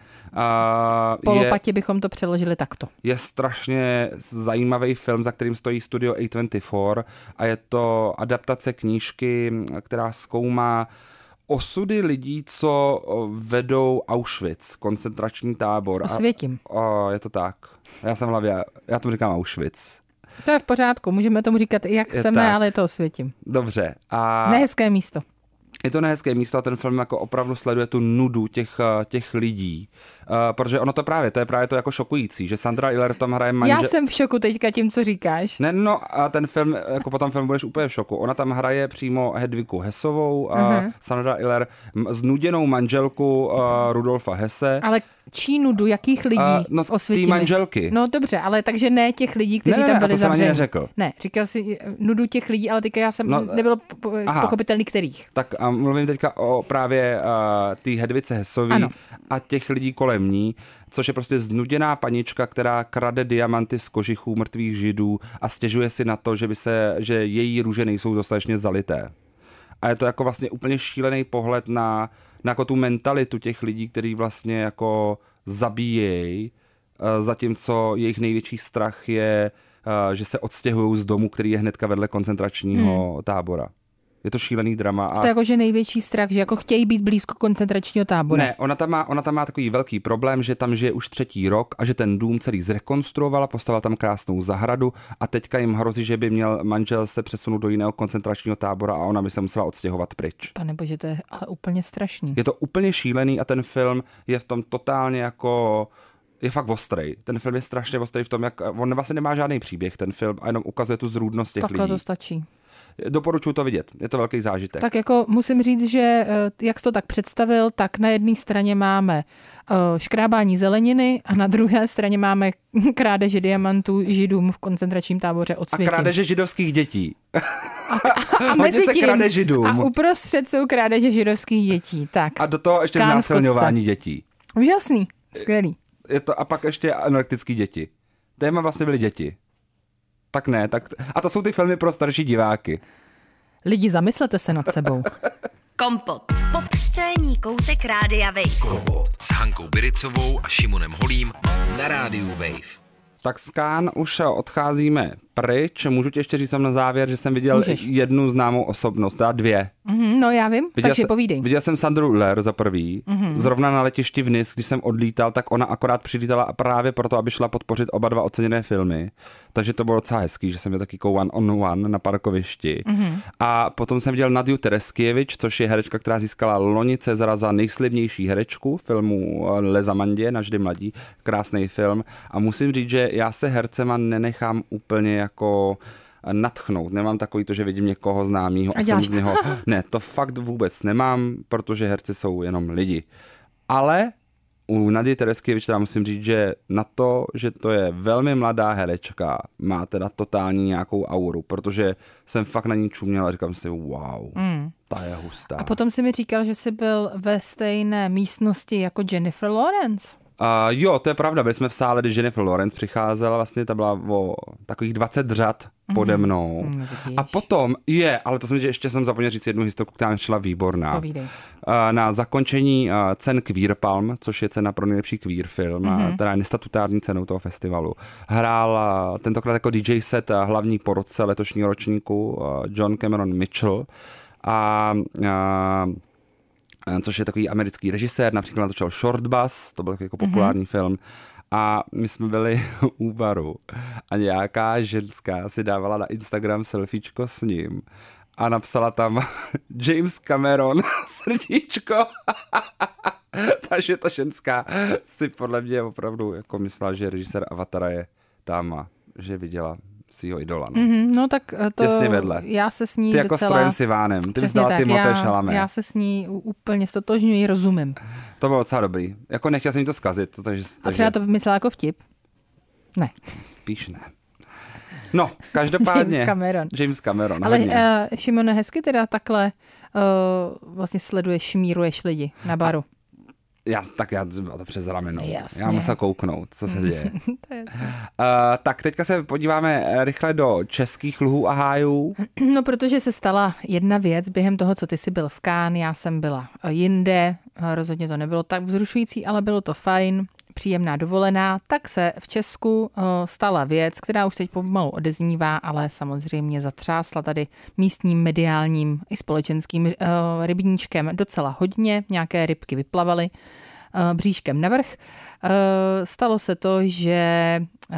Po lopatě bychom to přeložili takto. Je strašně zajímavý film, za kterým stojí studio A dvacet čtyři a je to adaptace knížky, která zkoumá osudy lidí, co vedou Auschwitz, koncentrační tábor. Osvětím. A, a je to tak. Já jsem v hlavě, já tomu říkám Auschwitz. To je v pořádku, můžeme tomu říkat, jak chceme, je ale je to Osvětím. Dobře. A nehezké místo. Je to nehezké místo a ten film jako opravdu sleduje tu nudu těch, těch lidí. Uh, protože ono to právě, to je právě to jako šokující, že Sandra Hüller tam hraje manžel... Já jsem v šoku teďka tím, co říkáš. Ne, no a ten film, jako po tom filmu budeš úplně v šoku. Ona tam hraje přímo Hedvigu Hessovou a uh-huh. Sandra Hüller znuděnou manželku uh, Rudolfa Hesse. Ale čí nudu, jakých lidí uh, no, v Osvětimi? Tý manželky. No dobře, ale takže ne těch lidí, kteří ne, ne, tam byli zavřeni. Ne, to jsem ani neřekl. Ne, říkal jsi nudu těch lidí, ale teďka já jsem no, nebyl po, pochopitelný kterých. Tak a mluvím teďka o právě uh, té Hedvice Hessový a těch lidí kolem ní, což je prostě znuděná panička, která krade diamanty z kožichů mrtvých židů a stěžuje si na to, že, by se, že její růže nejsou dostatečně zalité. A je to jako vlastně úplně šílený pohled na, na jako tu mentalitu těch lidí, kteří vlastně jako zabíjejí, zatímco jejich největší strach je, že se odstěhují z domu, který je hnedka vedle koncentračního hmm. tábora. Je to šílený drama. A... To je jako, že největší strach, že jako chtějí být blízko koncentračního tábora. Ne, ona tam, má, ona tam má takový velký problém, že tam žije už třetí rok a že ten dům celý zrekonstruovala, postavila tam krásnou zahradu a teďka jim hrozí, že by měl manžel se přesunout do jiného koncentračního tábora a ona by se musela odstěhovat pryč. Pane bože, to je ale úplně strašný. Je to úplně šílený a ten film je v tom totálně jako... je fakt ostrej. Ten film je strašně ostrej v tom, jak on vlastně nemá žádný příběh, ten film, a jenom ukazuje tu zrůdnost těch Takhle lidí. to stačí. doporučuji to vidět, je to velký zážitek. Tak jako musím říct, že jak jsi to tak představil, tak na jedné straně máme škrábání zeleniny a na druhé straně máme krádeže diamantů židům v koncentračním táboře Odsvětim. A krádeže židovských dětí. A, a, a mezi se tím, krade židům. A uprostřed jsou krádeže židovských dětí. Tak. A do toho ještě znásilňování dětí. Úžasný, skvělý. Je to, a pak ještě anorektický děti. Téma vlastně byly děti. Tak ne, tak... A to jsou ty filmy pro starší diváky. Lidi, zamyslete se nad sebou. Kompot. Popscénní koutek Rádia Wave. Kompot s Hankou Biricovou a Šimonem Holím na Rádiu Wave. Tak z Cannes už odcházíme pryč. Můžu ti ještě říct na závěr, že jsem viděl Můžeš. jednu známou osobnost, teda dvě. Mm, no já vím, Viděl takže jsem, povídej. Viděl jsem Sandru Hüller za prvý. Mm-hmm. Zrovna na letišti v Nice, když jsem odlítal, tak ona akorát přilítala právě proto, aby šla podpořit oba dva oceněné filmy. Takže to bylo docela hezký, že jsem měl taky one on one na parkovišti. Mm-hmm. A potom jsem viděl Nadiu Tereskievič, což je herečka, která získala loni Cezara za nejslibnější herečku filmu Les Amandiers, Navždy mladí. Krásný film. A musím říct, že já se hercema nenechám úplně jako nadchnout. Nemám takový to, že vidím někoho známýho a, a jsem z něho. Ne, to fakt vůbec nemám, protože herci jsou jenom lidi. Ale u Nadie Tereskievič teda musím říct, že na to, že to je velmi mladá herečka, má teda totální nějakou auru, protože jsem fakt na ní čuměl a říkám si, wow, mm. ta je hustá. A potom si mi říkal, že jsi byl ve stejné místnosti jako Jennifer Lawrence. Uh, jo, to je pravda, byli jsme v sále, když Jennifer Lawrence přicházela, vlastně ta byla o takových dvacet řad pode mnou. Mm, a potom je, ale to jsem že ještě jsem zapomněl říct jednu historku, která mi šla výborná. Povídej. Uh, na zakončení uh, cen Queer Palm, což je cena pro nejlepší queer film, mm-hmm. která je nestatutární cenou toho festivalu, hrál uh, tentokrát jako D J set uh, hlavní porotce letošního ročníku uh, John Cameron Mitchell. A uh, což je takový americký režisér, například natočil Short Bus, to byl jako populární mm-hmm. film. A my jsme byli u baru a nějaká ženská si dávala na Instagram selfiečko s ním a napsala tam James Cameron srdíčko. Takže ta ženská si podle mě opravdu jako myslela, že režisér Avatara je tam a že viděla svýho idola. No. Mm-hmm, no tak to těsně vedle. Já se s ní ty jako docela... s Trojem Sivánem. Ty bys dala Timothée Chalamet. Já se s ní úplně stotožňuji, rozumím. To bylo docela dobrý. Jako nechtěl jsem jí to zkazit. Takže, a třeba to myslela jako vtip? Ne. Spíš ne. No, každopádně. James Cameron. James Cameron. Ale uh, Šimone, hezky teda takhle uh, vlastně sleduješ, šmíruješ lidi na baru. A... Já, tak já to přes rameno. Jasně. Já musel kouknout, co se děje. To je uh, tak teďka se podíváme rychle do českých luhů a hájů. No, protože se stala jedna věc během toho, co ty jsi byl v Cannes, já jsem byla jinde, rozhodně to nebylo tak vzrušující, ale bylo to fajn, příjemná dovolená, tak se v Česku uh, stala věc, která už teď pomalu odeznívá, ale samozřejmě zatřásla tady místním mediálním i společenským uh, rybníčkem docela hodně, nějaké rybky vyplavaly uh, bříškem navrch. Uh, stalo se to, že uh,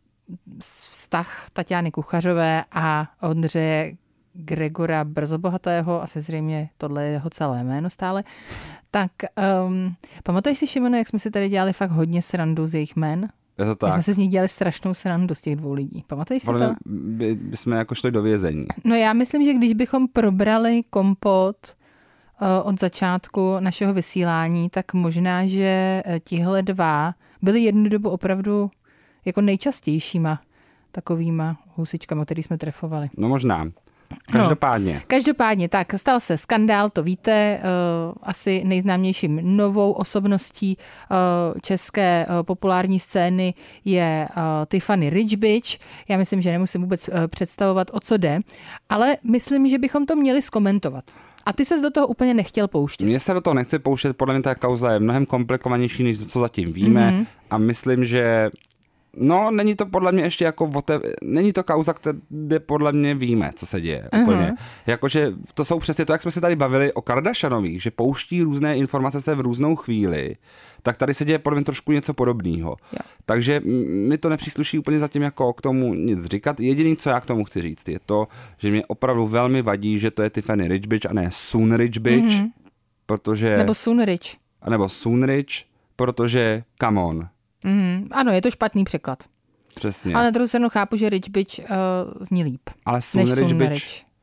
vztah Tatiany Kuchařové a Ondřeje Gregora Brzobohatého, asi zřejmě tohle je jeho celé jméno stále, tak um, pamatuješ si, Šimone, jak jsme si tady dělali fakt hodně srandu z jejich jmen? Je to tak. My jsme si z nich dělali strašnou srandu z těch dvou lidí. Pamatuješ si to? By, by jsme jako šli do vězení. No já myslím, že když bychom probrali kompot uh, od začátku našeho vysílání, tak možná, že tihle dva byli jednu dobu opravdu jako nejčastějšíma takovýma husičkama, který jsme trefovali. No možná. Každopádně. No, každopádně, tak stal se skandál, to víte, uh, asi nejznámějším novou osobností uh, české uh, populární scény je uh, Tiffany Rich Bitch. Já myslím, že nemusím vůbec uh, představovat, o co jde, ale myslím, že bychom to měli zkomentovat. A ty ses do toho úplně nechtěl pouštět. Mně se do toho nechci pouštět, podle mě ta kauza je mnohem komplikovanější, než co zatím víme mm-hmm. a myslím, že no, není to podle mě ještě jako otev... není to kauza, kde podle mě víme, co se děje uh-huh. úplně. Jakože to jsou přesně to, jak jsme se tady bavili o Kardashianových, že pouští různé informace se v různou chvíli, tak tady se děje podle mě trošku něco podobného. Yeah. Takže mi to nepřísluší úplně zatím jako k tomu nic říkat. Jediný, co já k tomu chci říct, je to, že mě opravdu velmi vadí, že to je Tiffany Rich Bitch a ne Soon Rich Bitch, uh-huh. protože... Nebo Soon Rich. A nebo Soon Rich, protože come on. Mm, ano, je to špatný překlad. Přesně. Ale na druhou stranu chápu, že Rich Bitch uh, zní líp. Ale Soon Rich Bitch,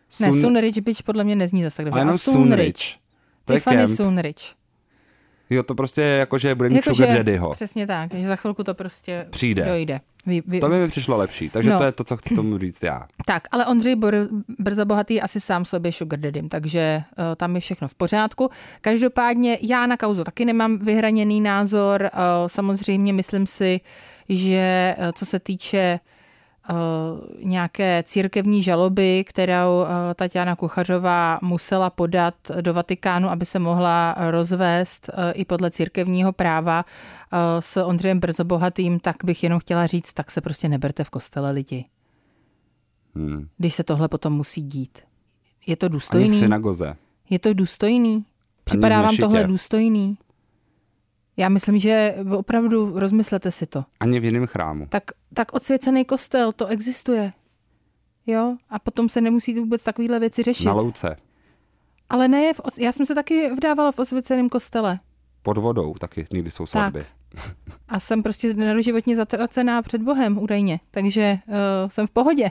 Sun... Ne, Sunrich Beach podle mě nezní zase tak dobře. A jenom Sunrich. Tiffany Sunrich. Jo, to prostě je jako, že bude mít jako sugar že, daddyho. Přesně tak, že za chvilku to prostě přijde. dojde. Vy, vy... To by mi přišlo lepší, takže no. to je to, co chci tomu říct já. Tak, ale Ondřej Bor- Brzobohatý asi sám sobě sugar daddym, takže uh, tam je všechno v pořádku. Každopádně já na kauzu taky nemám vyhraněný názor. Uh, samozřejmě myslím si, že uh, co se týče Uh, nějaké církevní žaloby, kterou uh, Taťána Kuchařová musela podat do Vatikánu, aby se mohla rozvést uh, i podle církevního práva uh, s Ondřejem Brzobohatým, tak bych jenom chtěla říct, tak se prostě neberte v kostele lidi. Hmm. Když se tohle potom musí dít. Je to důstojný? Ani v synagoze. Je to důstojný? Připadá vám tohle důstojný? Já myslím, že opravdu rozmyslete si to. Ani v jiném chrámu. Tak, tak odsvěcený kostel, to existuje. Jo? A potom se nemusí vůbec takovýhle věci řešit. Na louce. Ale ne, v, já jsem se taky vdávala v odsvěceném kostele. Pod vodou taky někdy jsou svatby. Tak. A jsem prostě nedoživotně zatracená před Bohem údajně, takže uh, jsem v pohodě.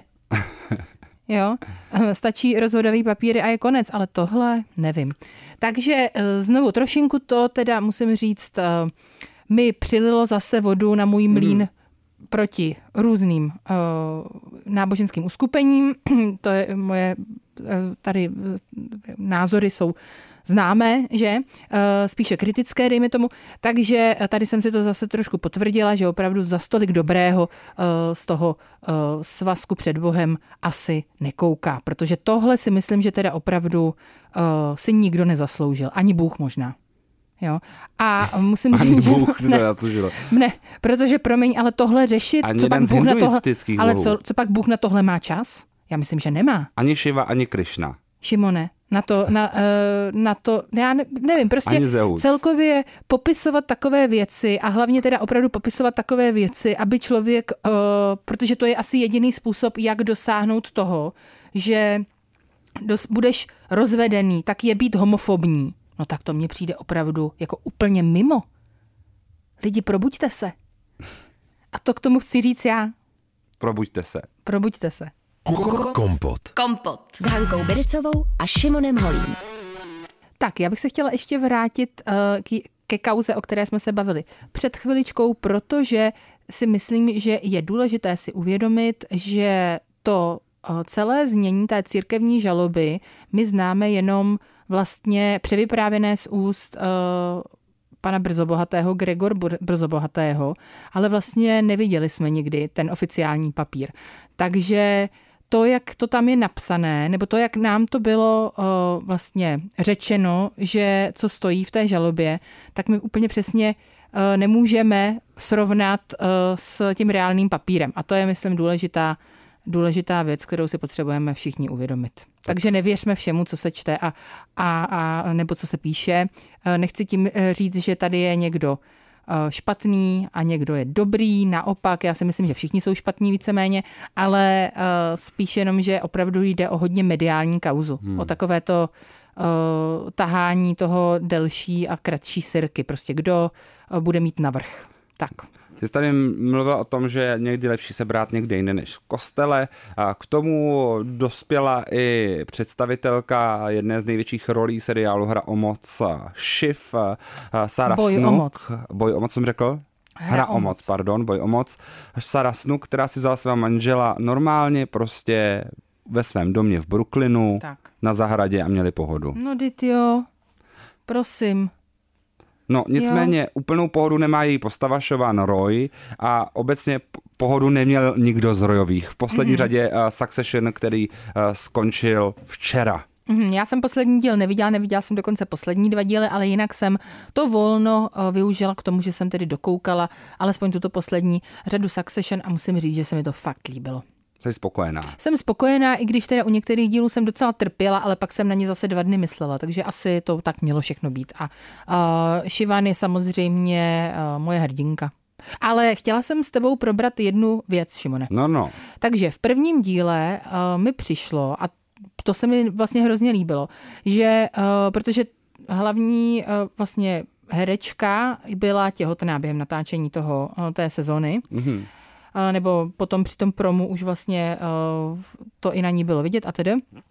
Jo, stačí rozvodový papíry a je konec, ale tohle nevím. Takže znovu trošinku to teda musím říct, mi přililo zase vodu na můj mlýn mm. proti různým uh, náboženským uskupením. To je moje, uh, tady uh, názory jsou známé, že spíše kritické, dejme tomu. Takže tady jsem si to zase trošku potvrdila, že opravdu za stolik dobrého z toho svazku před Bohem asi nekouká. Protože tohle si myslím, že teda opravdu si nikdo nezasloužil. Ani Bůh možná. Jo. A musím Ani říct, Bůh že si to zasloužil. Ne, protože promiň, ale tohle řešit, Ani co pak jeden z Bůh na tohle, hinduistických ale bohů. co, co pak Bůh na tohle má čas? Já myslím, že nemá. Ani Šiva, ani Krišna. Šimone, na to, na, na to, já ne, nevím, prostě Ani Zeus. celkově popisovat takové věci a hlavně teda opravdu popisovat takové věci, aby člověk, uh, protože to je asi jediný způsob, jak dosáhnout toho, že dos, budeš rozvedený, tak je být homofobní. No tak to mně přijde opravdu jako úplně mimo. Lidi, probuďte se. A to k tomu chci říct já. Probuďte se. Probuďte se. Kompot. Kompot s Hankou Bericovou a Šimonem Holím. Tak, já bych se chtěla ještě vrátit uh, k, ke kauze, o které jsme se bavili před chviličkou, protože si myslím, že je důležité si uvědomit, že to uh, celé znění té církevní žaloby my známe jenom vlastně převyprávěné z úst uh, pana Brzobohatého, Gregor Brzobohatého, ale vlastně neviděli jsme nikdy ten oficiální papír. Takže to, jak to tam je napsané, nebo to, jak nám to bylo uh, vlastně řečeno, že co stojí v té žalobě, tak my úplně přesně uh, nemůžeme srovnat uh, s tím reálným papírem. A to je, myslím, důležitá, důležitá věc, kterou si potřebujeme všichni uvědomit. Takže nevěřme všemu, co se čte a, a, a nebo co se píše. Nechci tím říct, že tady je někdo špatný a někdo je dobrý, naopak, já si myslím, že všichni jsou špatní víceméně, ale uh, spíš jenom, že opravdu jde o hodně mediální kauzu, hmm. o takové to uh, tahání toho delší a kratší sirky, prostě kdo uh, bude mít navrch. Tak. Ty jsi tady mluvil o tom, že je někdy lepší se brát někde jinde než v kostele. A k tomu dospěla i představitelka jedné z největších rolí seriálu Hra o moc, Shiv, Sarah Boj Snook. o moc. Boj o moc jsem řekl? Hra, Hra o o moc. moc, pardon, Boj o moc. Sarah Snook, která si vzala svého manžela normálně prostě ve svém domě v Brooklynu, Tak. na zahradě a měli pohodu. No dit jo, prosím. No nicméně Jo. úplnou pohodu nemá její postava Siobhan Roy a obecně pohodu neměl nikdo z Royových. V poslední mm. řadě uh, Succession, který uh, skončil včera. Mm, já jsem poslední díl neviděla, neviděla jsem dokonce poslední dva díly, ale jinak jsem to volno uh, využila k tomu, že jsem tedy dokoukala alespoň tuto poslední řadu Succession a musím říct, že se mi to fakt líbilo. Jsi spokojená. Jsem spokojená, i když teda u některých dílů jsem docela trpěla, ale pak jsem na ně zase dva dny myslela, takže asi to tak mělo všechno být. A uh, Siobhan je samozřejmě uh, moje hrdinka. Ale chtěla jsem s tebou probrat jednu věc, Šimone. No, no. Takže v prvním díle uh, mi přišlo, a to se mi vlastně hrozně líbilo, že uh, protože hlavní uh, vlastně herečka byla těhotná během natáčení toho, uh, té sezony, mm-hmm. nebo potom při tom promu už vlastně to i na ní bylo vidět a tedy.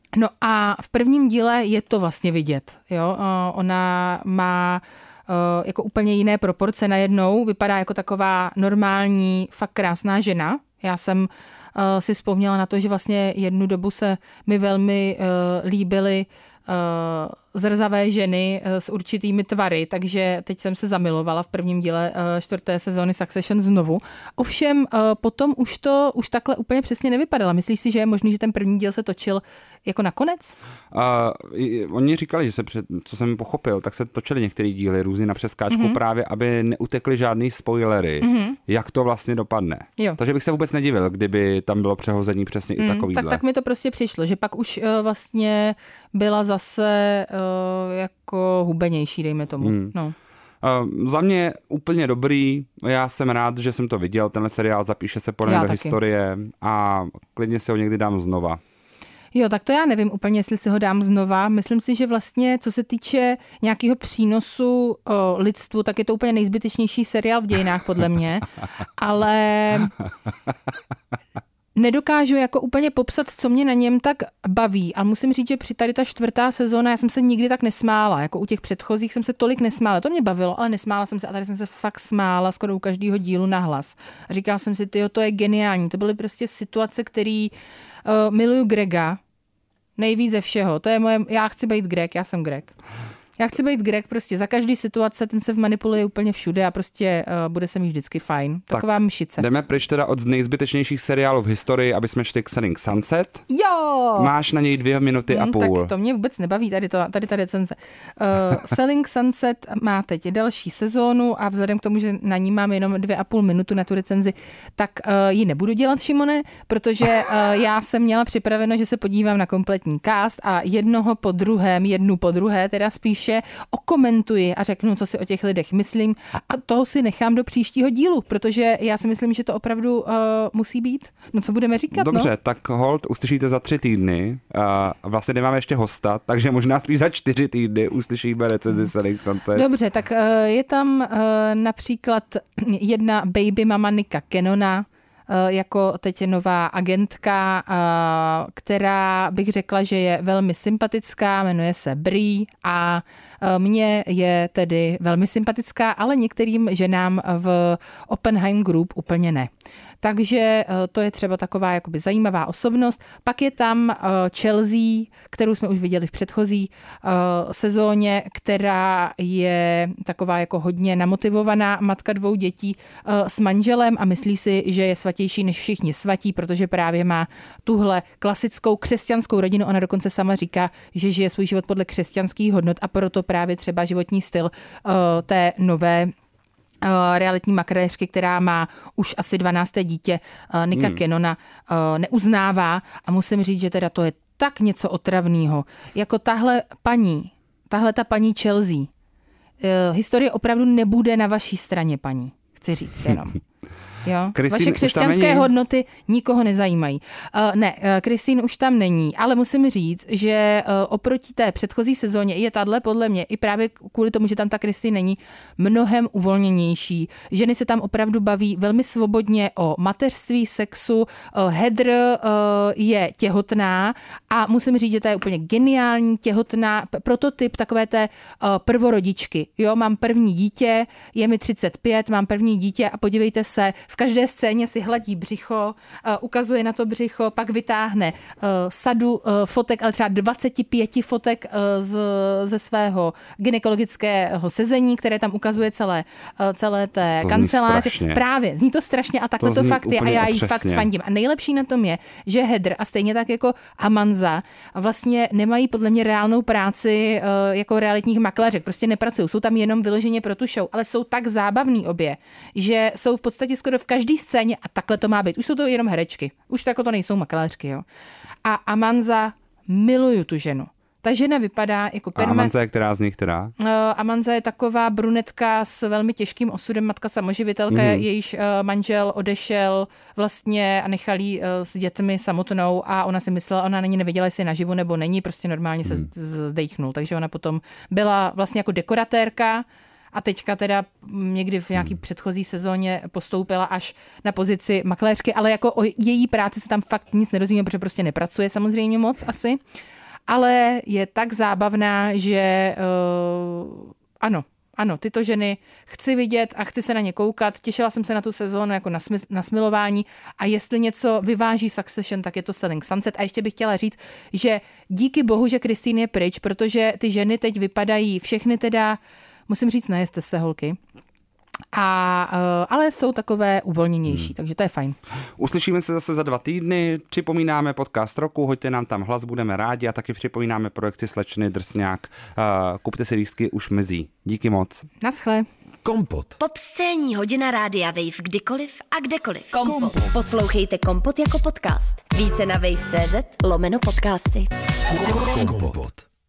No a v prvním díle je to vlastně vidět. Jo? Ona má jako úplně jiné proporce najednou, vypadá jako taková normální, fakt krásná žena. Já jsem si vzpomněla na to, že vlastně jednu dobu se mi velmi líbily zrzavé ženy s určitými tvary, takže teď jsem se zamilovala v prvním díle čtvrté sezóny Succession znovu. Ovšem potom už to už takhle úplně přesně nevypadalo. Myslíš si, že je možný, že ten první díl se točil jako nakonec? Uh, oni říkali, že se před, co jsem pochopil, tak se točili některé díly různě na přeskáčku mm-hmm. právě, aby neutekly žádný spoilery, mm-hmm. jak to vlastně dopadne. Jo. Takže bych se vůbec nedivil, kdyby tam bylo přehození přesně mm, i takovýhle. Tak, tak mi to prostě přišlo, že pak už uh, vlastně byla zase uh, jako hubenější, dejme tomu. Hmm. No. Uh, za mě úplně dobrý, já jsem rád, že jsem to viděl, tenhle seriál zapíše se podle do historie a klidně si ho někdy dám znova. Jo, tak to já nevím úplně, jestli si ho dám znova. Myslím si, že vlastně, co se týče nějakého přínosu o lidstvu, tak je to úplně nejzbytečnější seriál v dějinách, podle mě. Ale nedokážu jako úplně popsat, co mě na něm tak baví. A musím říct, že při tady ta čtvrtá sezóna, já jsem se nikdy tak nesmála. Jako u těch předchozích jsem se tolik nesmála. To mě bavilo, ale nesmála jsem se a tady jsem se fakt smála skoro u každého dílu nahlas. A říkala jsem si, tyjo, to je geniální. To byly prostě situace, které uh, miluju Grega nejvíc ze všeho. To je moje, já chci být Greg, já jsem Greg. Já chci být Greg, prostě za každý situace, ten se vmanipuluje úplně všude a prostě uh, bude se mi vždycky fajn. Taková tak mšice. Jdeme pryč teda od nejzbytečnějších seriálů v historii, aby jsme šli k Selling Sunset. Jo! Máš na něj dvě minuty hmm, a půl. Tak to mě vůbec nebaví, tady, to, tady ta recenze. Uh, Selling Sunset má teď další sezónu a vzhledem k tomu, že na ní mám jenom dvě a půl minutu na tu recenzi, tak uh, ji nebudu dělat, Šimone, protože uh, já jsem měla připraveno, že se podívám na kompletní cast a jednoho po druhém, jednu po druhé, teda spíš okomentuji a řeknu, co si o těch lidech myslím a toho si nechám do příštího dílu, protože já si myslím, že to opravdu uh, musí být. No co budeme říkat? Dobře, no? Tak hold uslyšíte za tři týdny. Uh, vlastně nemáme ještě hosta, takže možná spíš za čtyři týdny uslyšíme recenzi Selling Sunset. Dobře, tak uh, je tam uh, například jedna baby mama Nicka Cannona, jako teď nová agentka, která bych řekla, že je velmi sympatická, jmenuje se Bree a mně je tedy velmi sympatická, ale některým ženám v Oppenheim Group úplně ne. Takže to je třeba taková jakoby zajímavá osobnost. Pak je tam Chelsea, kterou jsme už viděli v předchozí sezóně, která je taková jako hodně namotivovaná matka dvou dětí s manželem a myslí si, že je svatější než všichni svatí, protože právě má tuhle klasickou křesťanskou rodinu. Ona dokonce sama říká, že žije svůj život podle křesťanských hodnot a proto právě třeba životní styl té nové realitní makléřky, která má už asi dvanácté dítě, Nicka hmm. Cannona, neuznává a musím říct, že teda to je tak něco otravného. Jako tahle paní, tahle ta paní Chelsea, historie opravdu nebude na vaší straně, paní. Chci říct jenom. Jo? Vaše křesťanské hodnoty nikoho nezajímají. Uh, ne, Kristýn uh, už tam není, ale musím říct, že uh, oproti té předchozí sezóně je tahle podle mě i právě kvůli tomu, že tam ta Kristýn není, mnohem uvolněnější. Ženy se tam opravdu baví velmi svobodně o mateřství, sexu. Uh, Heather uh, je těhotná a musím říct, že to je úplně geniální těhotná prototyp takové té uh, prvorodičky. Jo, mám první dítě, je mi třicet pět, mám první dítě a podívejte se, v každé scéně si hladí břicho, uh, ukazuje na to břicho, pak vytáhne uh, sadu uh, fotek, ale třeba dvacet pět fotek uh, z, ze svého gynekologického sezení, které tam ukazuje celé, uh, celé té to kanceláře. Zní právě, zní to strašně a takhle to, to fakt je a já jí fakt fandím. A nejlepší na tom je, že Heather a stejně tak jako Amanza vlastně nemají podle mě reálnou práci uh, jako realitních makléřek. Prostě nepracují, jsou tam jenom vyloženě pro tu show, ale jsou tak zábavní obě, že jsou v podstatě skoro v každé scéně a takhle to má být. Už jsou to jenom herečky. Už to jako to nejsou makléřky, jo. A Amanza, miluju tu ženu. Ta žena vypadá jako perma... A Amanza je která z nich teda? Uh, Amanza je taková brunetka s velmi těžkým osudem, matka samoživitelka, mm. jejíž uh, manžel odešel vlastně a nechal jí uh, s dětmi samotnou a ona si myslela, ona není nevěděla, jestli je naživu nebo není, prostě normálně mm. se zdejchnul. Takže ona potom byla vlastně jako dekoratérka a teďka teda někdy v nějaký předchozí sezóně postoupila až na pozici makléřky, ale jako o její práci se tam fakt nic nerozumí, protože prostě nepracuje samozřejmě moc asi, ale je tak zábavná, že uh, ano, Ano, tyto ženy chci vidět a chci se na ně koukat. Těšila jsem se na tu sezónu jako na, smys- na smilování a jestli něco vyváží Succession, tak je to Selling Sunset. A ještě bych chtěla říct, že díky bohu, že Christine je pryč, protože ty ženy teď vypadají všechny teda, musím říct, nejeste se holky, A, ale jsou takové uvolněnější, hmm. takže to je fajn. Uslyšíme se zase za dva týdny, připomínáme podcast roku, hoďte nám tam hlas, budeme rádi a taky připomínáme projekci Slečny Drsňák. Kupte si lístky, už mizí. Díky moc. Naschle. Kompot. Popscénní hodina rádia Wave kdykoliv a kdekoliv. Kompot. Poslouchejte Kompot jako podcast. Více na wave tečka cz lomeno podcasty. Kompot.